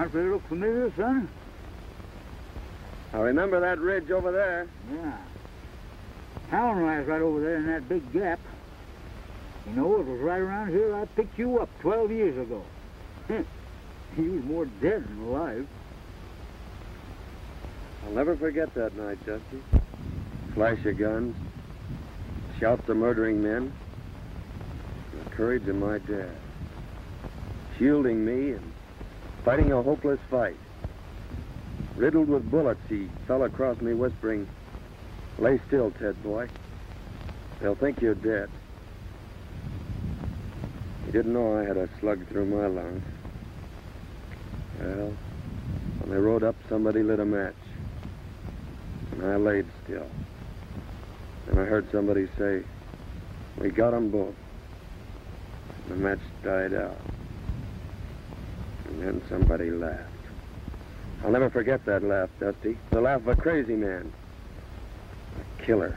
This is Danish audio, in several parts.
Don't they look familiar, son? I remember that ridge over there. Yeah. Town lies right over there in that big gap. You know, it was right around here I picked you up 12 years ago. You was more dead than alive. I'll never forget that night, Dusty. Flash of guns, shouts of murdering men, and the courage of my dad. Shielding me and fighting a hopeless fight. Riddled with bullets, he fell across me whispering, "Lay still, Ted boy. They'll think you're dead." He didn't know I had a slug through my lungs. Well, when they rode up, somebody lit a match. And I laid still. And I heard somebody say, "We got 'em both." And the match died out. And then somebody laughed. I'll never forget that laugh, Dusty. The laugh of a crazy man. A killer.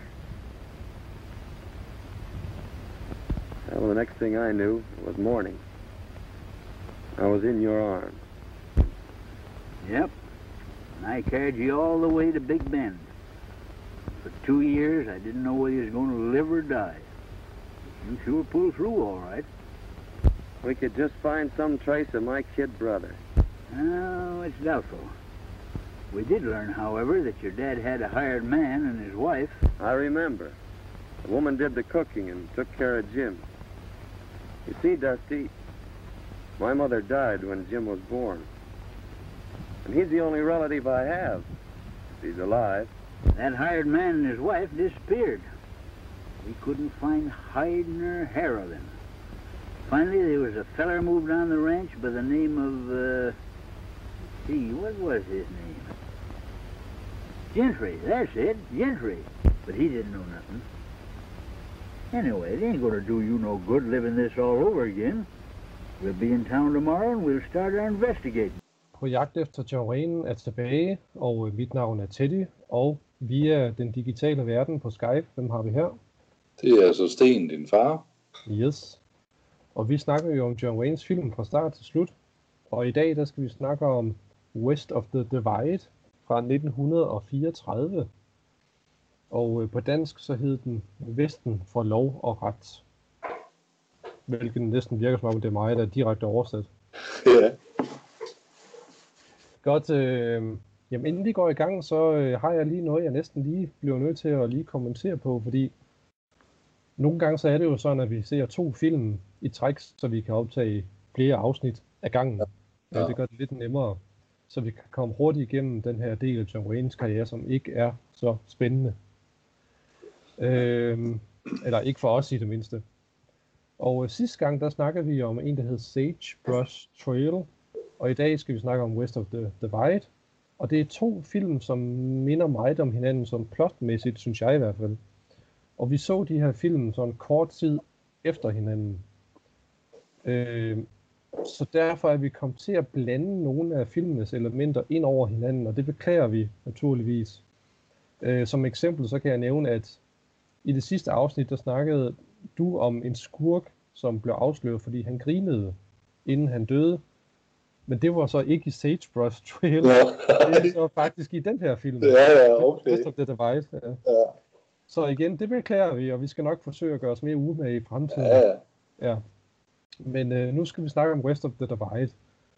Well, the next thing I knew, it was morning. I was in your arms. Yep. And I carried you all the way to Big Bend. For 2 years, I didn't know whether you was going to live or die. You sure pulled through all right. We could just find some trace of my kid brother. Oh, it's doubtful. We did learn, however, that your dad had a hired man and his wife. I remember. The woman did the cooking and took care of Jim. You see, Dusty, my mother died when Jim was born. And he's the only relative I have, if he's alive. That hired man and his wife disappeared. We couldn't find hide nor hair of them. Finally, there was a feller moved on the ranch by the name of, what was his name? Gentry, that's it, Gentry. But he didn't know nothing. Anyway, it ain't gonna do you no good living this all over again. We'll be in town tomorrow and we'll start our investigating. På jagt efter John Wayne er tilbage, og mit navn er Teddy, og via den digitale verden på Skype, hvem har vi her? Det er altså Sten, din far. Yes. Og vi snakker jo om John Waynes film fra start til slut. Og i dag, der skal vi snakke om West of the Divide fra 1934. Og på dansk, så hed den Vesten for lov og ret. Hvilket næsten virker som om, det er mig, der er direkte oversat. Ja. Godt, jamen inden vi går i gang, så har jeg lige noget, jeg næsten lige bliver nødt til at lige kommentere på, fordi nogle gange så er det jo sådan, at vi ser 2 film i træk, så vi kan optage flere afsnit af gangen. Ja. Det gør det lidt nemmere, så vi kan komme hurtigt igennem den her del af John Waynes karriere, som ikke er så spændende. Eller ikke for os i det mindste. Og sidste gang, der snakkede vi om en, der hed Sagebrush Trail, og i dag skal vi snakke om West of the Divide. Og det er 2 film, som minder meget om hinanden, som plotmæssigt, synes jeg i hvert fald. Og vi så de her film sådan kort tid efter hinanden. Så derfor er vi kommet til at blande nogle af filmenes elementer ind over hinanden, og det beklager vi naturligvis. Som eksempel så kan jeg nævne, at i det sidste afsnit, der snakkede du om en skurk, som blev afsløret, fordi han grinede, inden han døde. Men det var så ikke i Sagebrush Trail. Det er så faktisk i den her film. Ja, okay. West of the Divide. Ja. Så igen, det beklager vi, og vi skal nok forsøge at gøre os mere umage i fremtiden. Ja. Men nu skal vi snakke om West of the Divide.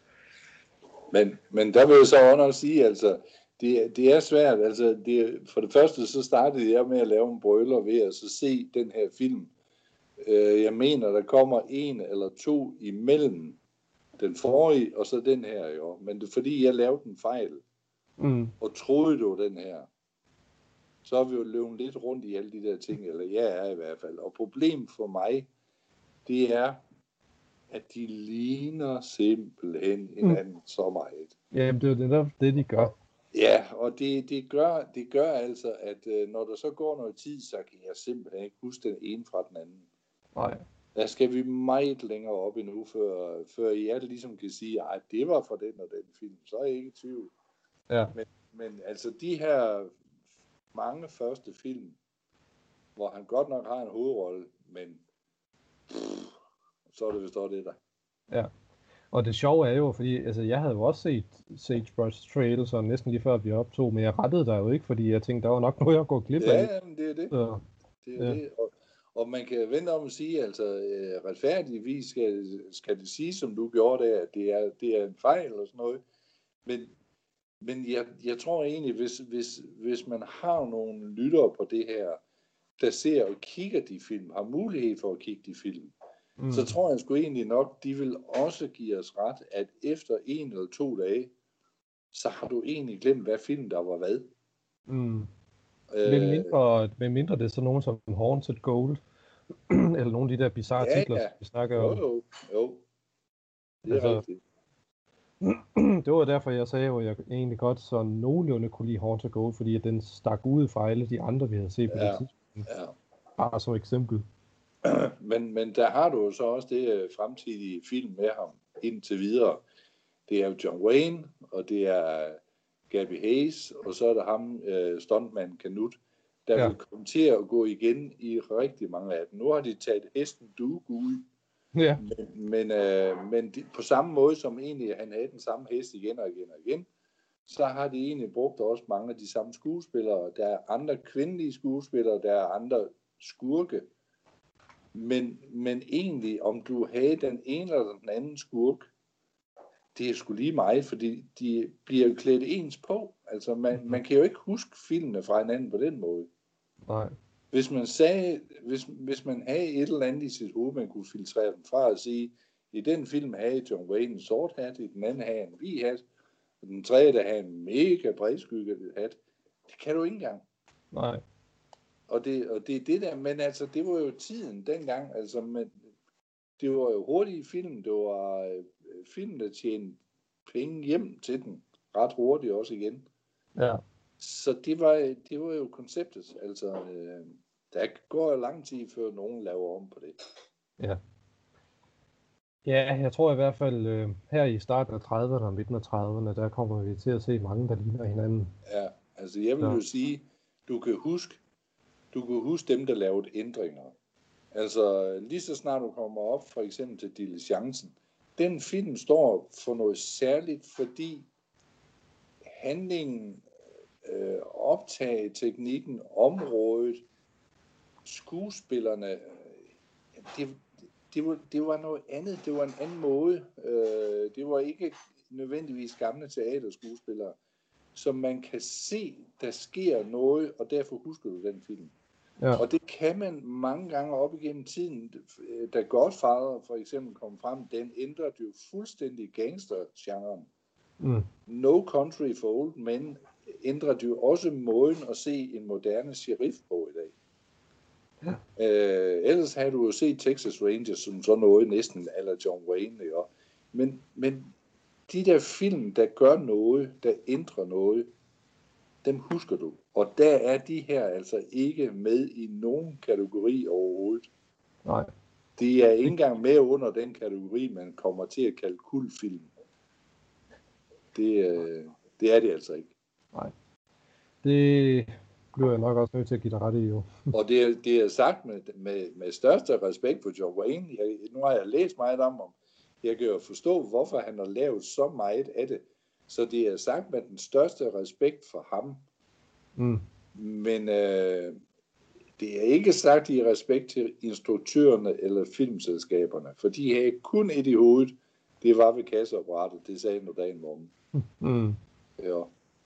Men der vil jeg så under at sige, altså, det er svært. Altså, for det første, så startede jeg med at lave en brøler ved at så se den her film. Jeg mener, der kommer 1 eller 2 imellem den forrige, og så den her, jo. Men det er fordi, jeg lavede en fejl. Og troede du den her. Så har vi jo løbet lidt rundt i alle de der ting, eller jeg er i hvert fald. Og problemet for mig, det er, at de ligner simpelthen hinanden så meget. Jamen, det er jo netop det, de gør. Ja, og det gør altså, at når der så går noget tid, så kan jeg simpelthen ikke huske den ene fra den anden. Nej. Der skal vi meget længere op endnu, før jeg ligesom kan sige, at det var fra den og den film. Så er jeg ikke i tvivl. Ja. Men altså de her mange første film, hvor han godt nok har en hovedrolle, men så er det vist også det der. Ja. Og det sjove er jo, fordi altså, jeg havde jo også set Sagebrush Trail, så næsten lige før vi optog, men jeg rettede dig jo ikke, fordi jeg tænkte, der var nok noget, jeg går glip af. Ja, men det er det. Så, Det er det. Og man kan vente om at sige, altså retfærdigvis skal det sige, som du gjorde der, at det er en fejl og sådan noget. Men jeg tror egentlig, hvis man har nogle lyttere på det her, der ser og kigger de film, har mulighed for at kigge de film, så tror jeg sgu egentlig nok, de vil også give os ret, at efter 1 eller 2 dage, så har du egentlig glemt, hvad film der var hvad. Med mindre det er så nogen som Haunted Gold, eller nogle af de der bizarre titler, vi snakker om. Jo. Det er rigtigt. Det var derfor, jeg sagde, at jeg egentlig godt så nogenlunde kunne lide Haunted Gold, fordi at den stak ud fra alle de andre, vi havde set på det tidspunkt. Ja. Bare som eksempel. Men der har du jo så også det fremtidige film med ham indtil videre. Det er jo John Wayne, og det er Gabby Hayes, og så er der ham, stuntman Canute, der vil komme til at gå igen i rigtig mange af dem. Nu har de taget hesten Duke ud, men på samme måde som egentlig han havde den samme hest igen og igen, så har de egentlig brugt også mange af de samme skuespillere. Der er andre kvindelige skuespillere, der er andre skurke. Men egentlig, om du havde den ene eller den anden skurk, det er sgu lige meget, fordi de bliver klædt ens på. Altså, man kan jo ikke huske filmene fra hinanden på den måde. Nej. Hvis man havde et eller andet i sit hoved, man kunne filtrere dem fra og sige, i den film havde John Wayne en sort hat, i den anden havde en hvid hat, og den tredje, der havde en mega bredskygget hat. Det kan du ikke engang. Nej. Og det er det der, men altså, det var jo tiden dengang, altså, men det var jo hurtige film, det var film, der tjente penge hjem til den, ret hurtigt også igen. Ja. Så det var jo konceptet, altså, der går lang tid, før nogen laver om på det. Ja. Ja, jeg tror i hvert fald, her i starten af 30'erne og midten af 30'erne, der kommer vi til at se mange, der ligner hinanden. Ja, altså jeg vil jo sige, du kan huske dem, der lavede ændringer. Altså lige så snart du kommer op, for eksempel til Diligencen, den film står for noget særligt, fordi handlingen, optageteknikken, området, skuespillerne, det var noget andet, det var en anden måde. Det var ikke nødvendigvis gamle teaterskuespillere, som man kan se, der sker noget, og derfor husker du den film. Ja. Og det kan man mange gange op igennem tiden. Da Godfather for eksempel kom frem, den ændrede jo fuldstændig gangstergenren. No Country for Old Men ændrede jo også måden at se en moderne sheriff på i dag. Ja. Ellers havde du jo set Texas Rangers som så noget næsten a la John Wayne. Ja. Men de der film, der gør noget, der ændrer noget, dem husker du. Og der er de her altså ikke med i nogen kategori overhovedet. Nej. De er ikke engang med under den kategori, man kommer til at kalde kultfilm. Det er det altså ikke. Nej. Det bliver jeg nok også nødt til at give dig ret i, jo. Og det er sagt med største respekt for John Wayne. Nu har jeg læst meget om ham. Jeg kan jo forstå, hvorfor han har lavet så meget af det. Så det er sagt med den største respekt for ham. Men det er ikke sagt i respekt til instruktørerne eller filmselskaberne. For de havde kun et i hovedet. Det var ved kasseapparatet. Det sagde nu dagen morgen. Ja.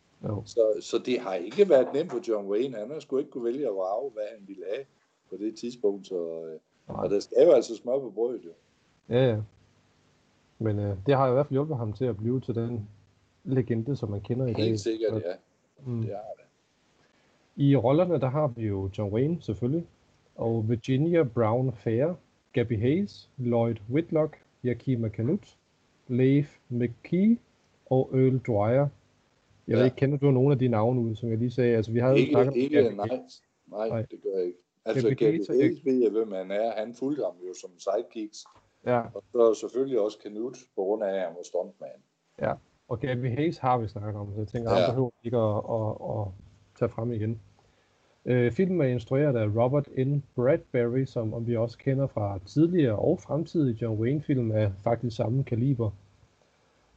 Så det har ikke været nemt for John Wayne. Han har sgu ikke kunne vælge at vrage, hvad han ville have på det tidspunkt. Og der skal jo altså smør på brødet. Jo. Ja. Men det har i hvert fald hjulpet ham til at blive til den legende, som man kender i dag. Helt sikkert, ja. Det har det. I rollerne, der har vi jo John Wayne selvfølgelig, og Virginia Brown Fair, Gabby Hayes, Lloyd Whitlock, Yakima Canute, Leif McKee og Earl Dwyer. Jeg ved ikke, kender du nogle af de navne ud, som jeg lige sagde? Altså, vi har ikke, nej, det gør jeg ikke. Altså, Gabby Hayes ved jeg, hvem han er. Han fulgte ham jo som sidekicks. Ja. Og så selvfølgelig også Canute, på grund af, at han var stuntman. Ja, og Gabby Hayes har vi snakket om, så jeg tænker, han behøver ikke at tage frem igen. Filmen er instrueret af Robert N. Bradbury, som vi også kender fra tidligere og fremtidige John Wayne-film af faktisk samme kaliber.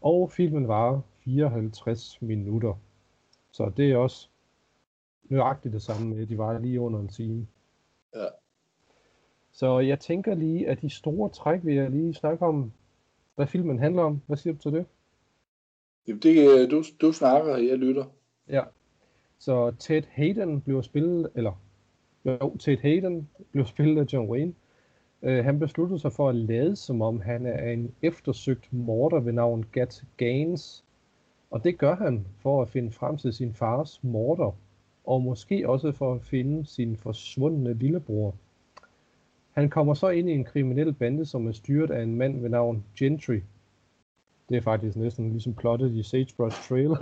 Og filmen varer 54 minutter. Så det er også nøjagtigt det samme med, de varer lige under en time. Ja. Så jeg tænker lige, at de store træk vil jeg lige snakke om, hvad filmen handler om. Hvad siger du til det? Jamen, det, du snakker, jeg lytter. Ja. Så Ted Hayden blev spillet af John Wayne. Han besluttede sig for at lade som om han er en eftersøgt morder ved navn Gat Gaines. Og det gør han for at finde frem til sin fars morder. Og måske også for at finde sin forsvundne lillebror. Han kommer så ind i en kriminel bande, som er styret af en mand ved navn Gentry. Det er faktisk næsten ligesom plottet i Sagebrush Trail.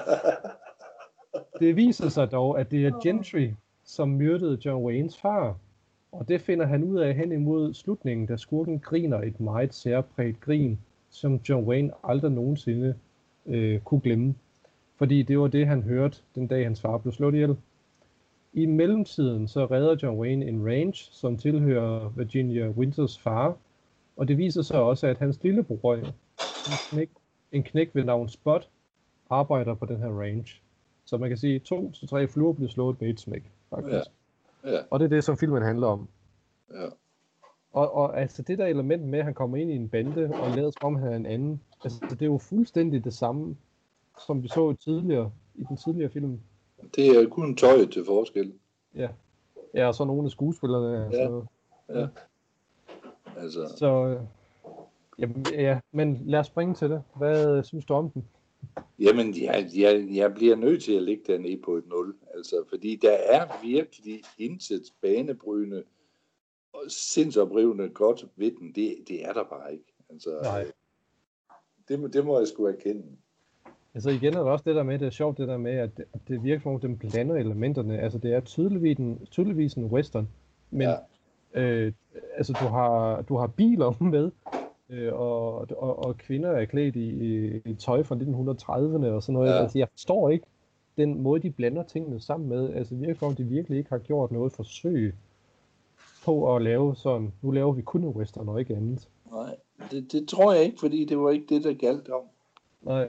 Det viser sig dog, at det er Gentry, som myrdede John Waynes far. Og det finder han ud af hen imod slutningen, da skurken griner et meget særpræget grin, som John Wayne aldrig nogensinde kunne glemme. Fordi det var det, han hørte den dag, hans far blev slået ihjel. I mellemtiden så redder John Wayne en ranch, som tilhører Virginia Winters far. Og det viser sig også, at hans lillebror, en knæk ved navn Spot, arbejder på den her ranch. Så man kan sige, 2 til 3 fluer bliver slået med et smæk, faktisk. Ja. Og det er det, som filmen handler om. Ja. Og altså det der element med, at han kommer ind i en bande og lader som om han er en anden, altså det er jo fuldstændig det samme, som vi så i den tidligere film. Det er kun tøjet til forskel. Ja. Ja, og så nogle af skuespillerne. Ja. Altså. Så, ja, men lad os springe til det. Hvad synes du om den? Jamen, jeg bliver nødt til at lægge den ned på et 0. Altså, fordi der er virkelig intet banebrydende og sindsoprivende godt ved den. Det er der bare ikke. Altså, nej. Det må jeg sgu erkende. Altså igen er det også det der med, det er sjovt det der med, at det virker som om den blander elementerne. Altså det er tydeligvis en western, men altså du har biler med, og kvinder er klædt i tøj fra 1930'erne og sådan noget. Ja. Altså jeg forstår ikke den måde, de blander tingene sammen med. Altså det virker som om de virkelig ikke har gjort noget forsøg på at lave sådan, nu laver vi kun en western og ikke andet. Nej, det tror jeg ikke, fordi det var ikke det, der galt om. Nej.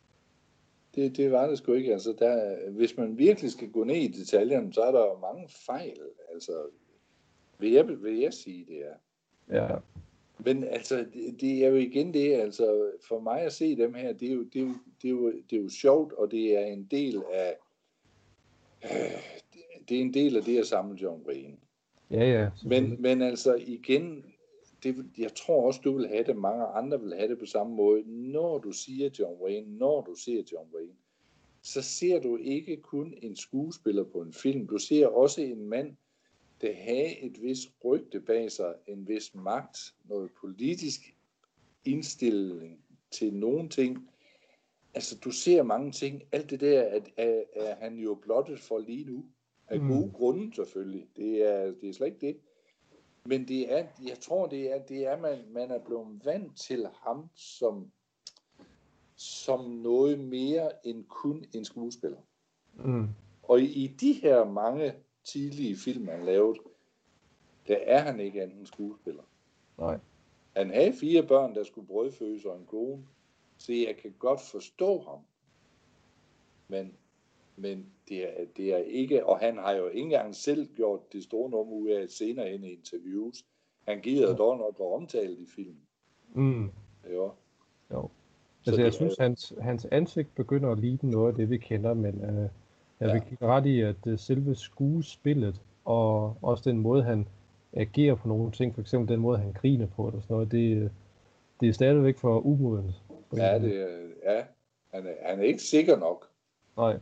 Det var det sgu ikke. Altså, hvis man virkelig skal gå ned i detaljerne, så er der jo mange fejl. Altså, vil jeg sige, det er. Ja. Men altså, det er jo igen det, altså, for mig at se dem her, det er jo sjovt, og det er en del af, det at samle John Wayne. Ja. Men altså, igen, jeg tror også, du vil have det, mange andre vil have det på samme måde. Når du ser John Wayne, så ser du ikke kun en skuespiller på en film. Du ser også en mand, der har et vis rygte bag sig, en vis magt, noget politisk indstilling til nogle ting. Altså, du ser mange ting. Alt det der er han jo blottet for lige nu. Af gode grunde, selvfølgelig. Det er slet ikke det. Men jeg tror, man er blevet vant til ham som noget mere end kun en skuespiller. Og i de her mange tidlige film, han lavede, der er han ikke anden skuespiller. Nej. Han havde 4 børn, der skulle brødfødes og en kone, så jeg kan godt forstå ham. Men det er ikke, og han har jo ikke engang selv gjort det store nummer ud af senere hen i interviews. Han giver dog nok at omtale i filmen. Jo. Altså jeg synes, hans ansigt begynder at ligne noget af det, vi kender, men jeg vil kigge ret i, at selve skuespillet, og også den måde, han agerer på nogle ting, for eksempel den måde, han griner på, eller sådan noget, det er stadigvæk for umodent. Han er ikke sikker nok. Nej.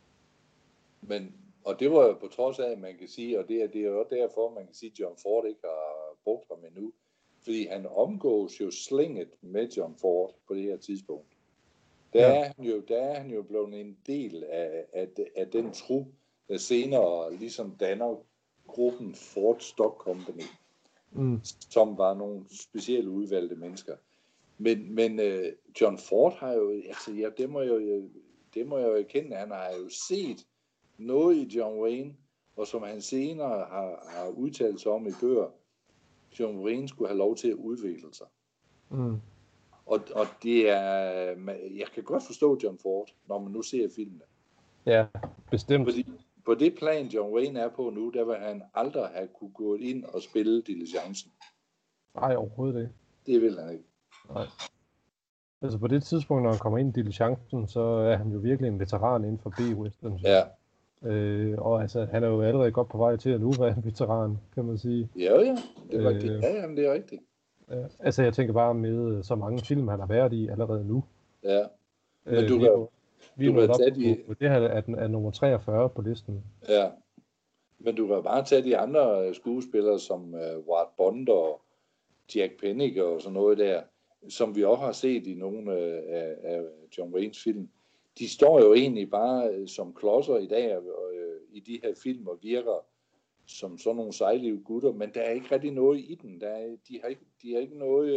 Og det var jo på trods af, at man kan sige, og det er jo derfor, man kan sige, at John Ford ikke har brugt ham endnu. Fordi han omgås jo slinget med John Ford på det her tidspunkt. Der er han jo blevet en del af den trup, der senere ligesom danner gruppen Ford Stock Company, som var nogle specielle udvalgte mennesker. Men John Ford har jo, altså det må jeg jo erkende, han har jo set noget i John Wayne, og som han senere har udtalt sig om i bøger, John Wayne skulle have lov til at udvikle sig. Og det er, jeg kan godt forstå John Ford, når man nu ser filmen. Ja, bestemt. Fordi på det plan, John Wayne er på nu, der vil han aldrig have kunne gå ind og spille diligencen. Nej, overhovedet ikke. Det vil han ikke. Nej. Altså på det tidspunkt, når han kommer ind i diligencen, så er han jo virkelig en veteran inden for B-western. Ja. Og altså, han er jo allerede godt på vej til at nu være en veteran, kan man sige. Ja, det var det. Ja, jamen, det er rigtigt. Altså, jeg tænker bare med så mange film, han har været i allerede nu. Ja. Men vi er nået op på det her er nummer 43 på listen. Ja. Men du kan bare tage de andre skuespillere, som Ward Bond og Jack Pennick og sådan noget der, som vi også har set i nogle af John Waynes film. De står jo egentlig bare som klodser i dag i de her film og virker som sådan nogle sejlige gutter, men der er ikke rigtig noget i den. De har ikke noget,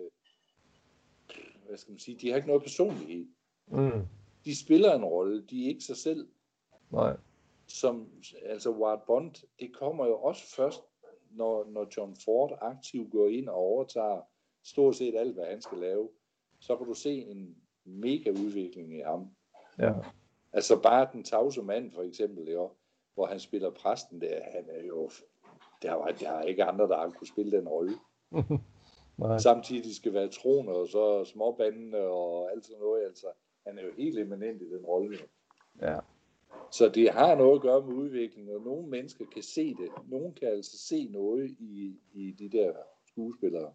hvad skal man sige, de har ikke noget personlighed. Mm. De spiller en rolle, de er ikke sig selv. Nej. Altså Ward Bond, det kommer jo også først, når John Ford aktivt går ind og overtager stort set alt, hvad han skal lave. Så kan du se en mega udvikling i ham. Ja. Altså bare Den tavse mand for eksempel, jo, hvor han spiller præsten der, han er jo, der er ikke andre, der har kunne spille den rolle. Samtidig skal være troner og så småbandene og alt sådan noget, altså han er jo helt eminent i den rolle. Ja. Så det har noget at gøre med udvikling, og nogle mennesker kan se det. Nogle kan altså se noget i de der skuespillere.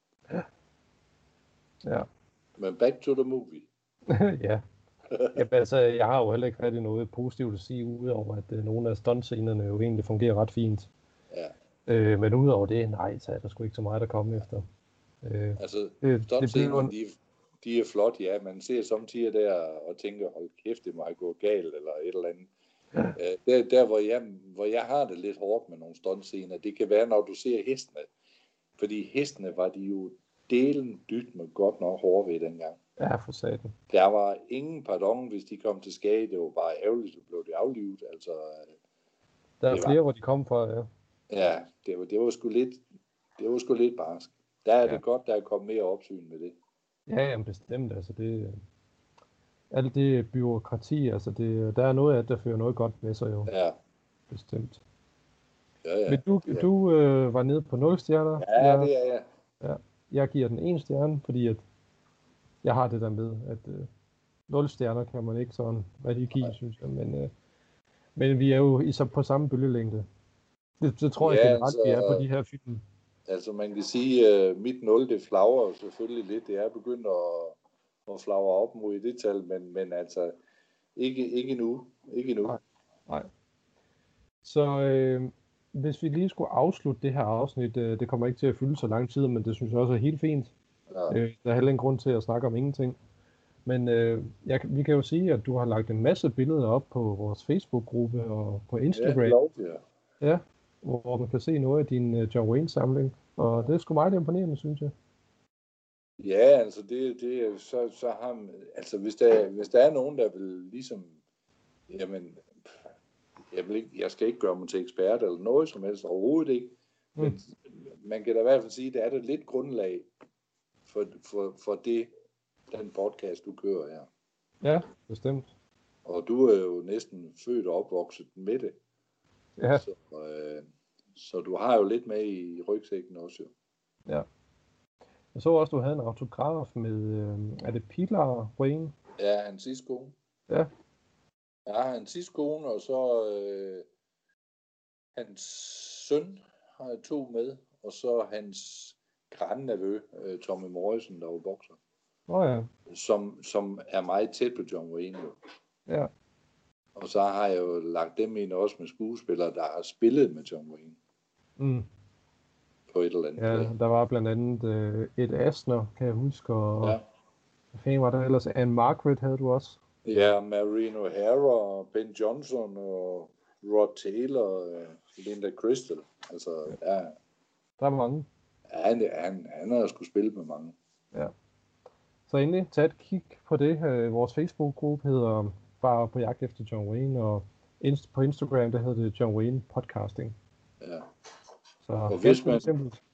Ja. Men back to the movie. Ja. Jamen, altså, jeg har jo heller ikke rigtig noget positivt at sige, udover at nogle af stuntscenerne jo egentlig fungerer ret fint. Ja. Men udover det, nej, så er der sgu ikke så meget at komme efter. Altså, stuntscenerne, de er flot, ja. Man ser samtidig der og tænker, hold kæft, det må gå galt, eller et eller andet. Ja. Der hvor jeg har det lidt hårdt med nogle stuntscener, det kan være, når du ser hestene. Fordi hestene var de jo delen dyt med godt nok hårde ved dengang. Ja, for satan. Der var ingen pardon, hvis de kom til skade. Det var bare ærgerligt, så blev de aflivet. Altså, der er flere, hvor de kom fra, ja. Ja, det var sgu lidt barsk. Der er det godt, der er kommet mere opsyn med det. Ja, jamen bestemt. Altså det, alt det byråkrati, altså der er noget af det, der fører noget godt med sig jo. Ja. Bestemt. Ja. Men du var nede på 0 stjerner. Ja, det er jeg. Ja, jeg giver den 1 stjerne, fordi at jeg har det der med, at 0 stjerner kan man ikke sådan rigtig give, synes jeg. Men vi er jo på samme bølgelængde. Det tror jeg generelt, vi er på de her film. Altså man kan sige, at mit 0, det flagrer selvfølgelig lidt. Det er begyndt at flagre op mod det tal, men altså ikke nu. Ikke nu. Nej. Så hvis vi lige skulle afslutte det her afsnit, det kommer ikke til at fylde så lang tid, men det synes jeg også er helt fint. Ja. Der er heller ingen grund til at snakke om ingenting. Men vi kan jo sige, at du har lagt en masse billeder op på vores Facebook-gruppe og på Instagram. Ja, hvor man kan se noget af din John Wayne-samling. Og det er sgu meget imponerende, synes jeg. Ja, altså det så har altså hvis der er nogen, der vil ligesom, jamen, jeg skal ikke gøre mig til ekspert eller noget som helst, overhovedet ikke. Men man kan da i hvert fald sige, at der er der lidt grundlag for den podcast, du kører her. Ja, bestemt. Og du er jo næsten født og opvokset med det. Ja. Så du har jo lidt med i rygsækken også jo. Ja. Jeg så også, du havde en autograf med, er det Pilar Wayne? Ja, hans sidste kone. Ja. Ja, hans sidste kone, og så hans søn har jeg 2 med, og så hans grandnevø, Tommy Morrison, der var bokser. Ja. Som er meget tæt på John Wayne jo. Ja. Og så har jeg jo lagt dem ind også med skuespillere, der har spillet med John Wayne. På et eller andet. Ja, der var blandt andet Ed Asner, kan jeg huske, og hvad fanden var der ellers? Anne Margaret havde du også. Ja, Maureen O'Hara, Ben Johnson og Rod Taylor og Linda Crystal. Altså, ja. Der er mange. Ja, han har sgu spillet med mange. Ja. Så endelig, tag et kig på det. Vores Facebook-gruppe hedder bare på jagt efter John Wayne, og på Instagram, der hedder det John Wayne Podcasting. Ja. Så og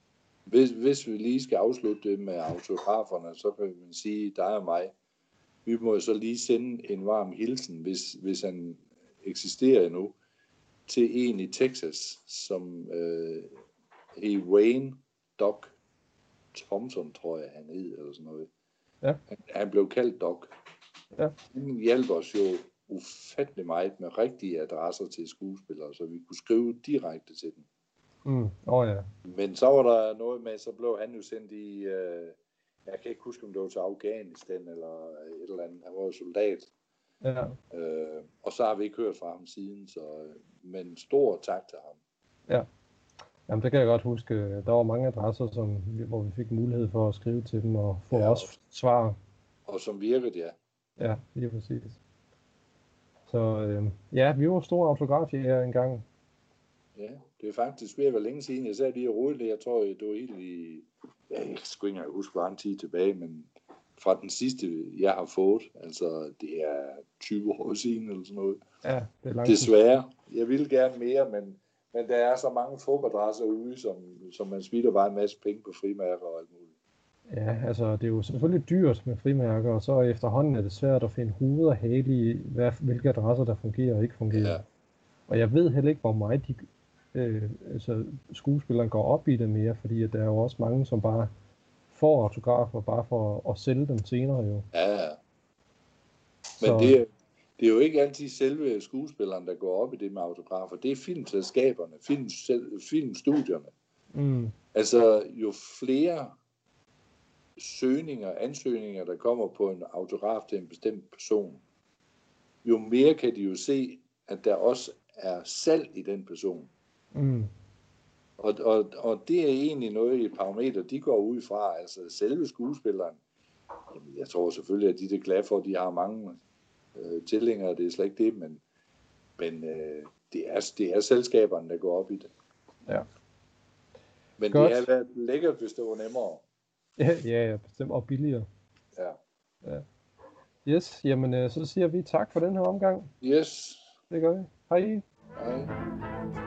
Hvis vi lige skal afslutte det med autograferne, så kan man sige, dig og mig, vi må så lige sende en varm hilsen, hvis han eksisterer endnu, til en i Texas, som hed Wayne Doc Thompson, tror jeg, han hed, eller sådan noget. Ja. Han blev kaldt Doc. Ja. Han hjalp os jo ufattelig meget med rigtige adresser til skuespillere, så vi kunne skrive direkte til dem. Ja. Men så var der noget med, så blev han jo sendt i, jeg kan ikke huske, om det var til Afghanistan eller et eller andet. Han var jo soldat. Ja. Og så har vi ikke hørt fra ham siden, men stor tak til ham. Ja. Jamen, det kan jeg godt huske. Der var mange adresser, hvor vi fik mulighed for at skrive til dem og få også svar. Og som virkede, ja. Ja, lige præcis. Så vi var store autografjæger engang. Ja, det er faktisk ved at være længe siden. Jeg sagde lige roligt, jeg tror, det var helt i, jeg skulle ikke huske, hvor en tid tilbage, men fra den sidste, jeg har fået, altså det er 20 år siden eller sådan noget. Ja, det er langt. Desværre. Jeg ville gerne mere, men der er så mange fuppadresser ude, som man spilder bare en masse penge på frimærker og alt muligt. Ja, altså det er jo selvfølgelig dyrt med frimærker, og så efterhånden er det svært at finde hoved og hale i, hvilke adresser der fungerer og ikke fungerer. Ja. Og jeg ved heller ikke, hvor meget skuespilleren går op i det mere, fordi der er jo også mange, som bare får autografer bare for at sælge dem senere jo. Ja. Men det er jo ikke altid selve skuespilleren, der går op i det med autografer. Det er filmselskaberne, filmstudierne. Altså jo flere ansøgninger, der kommer på en autograf til en bestemt person, jo mere kan de jo se, at der også er salg i den person. Og det er egentlig noget i et parameter, de går ud fra, altså selve skuespilleren. Jamen, jeg tror selvfølgelig, at de er glade for, at de har mange tilhængere, det er slet ikke det, men det er selskaberne, der går op i det. Ja. Men godt. Det havde været lækkert, hvis det var nemmere. Ja, bestemt, og billigere. Ja. Yes, jamen så siger vi tak for den her omgang. Yes. Det gør vi. Hej. Hej.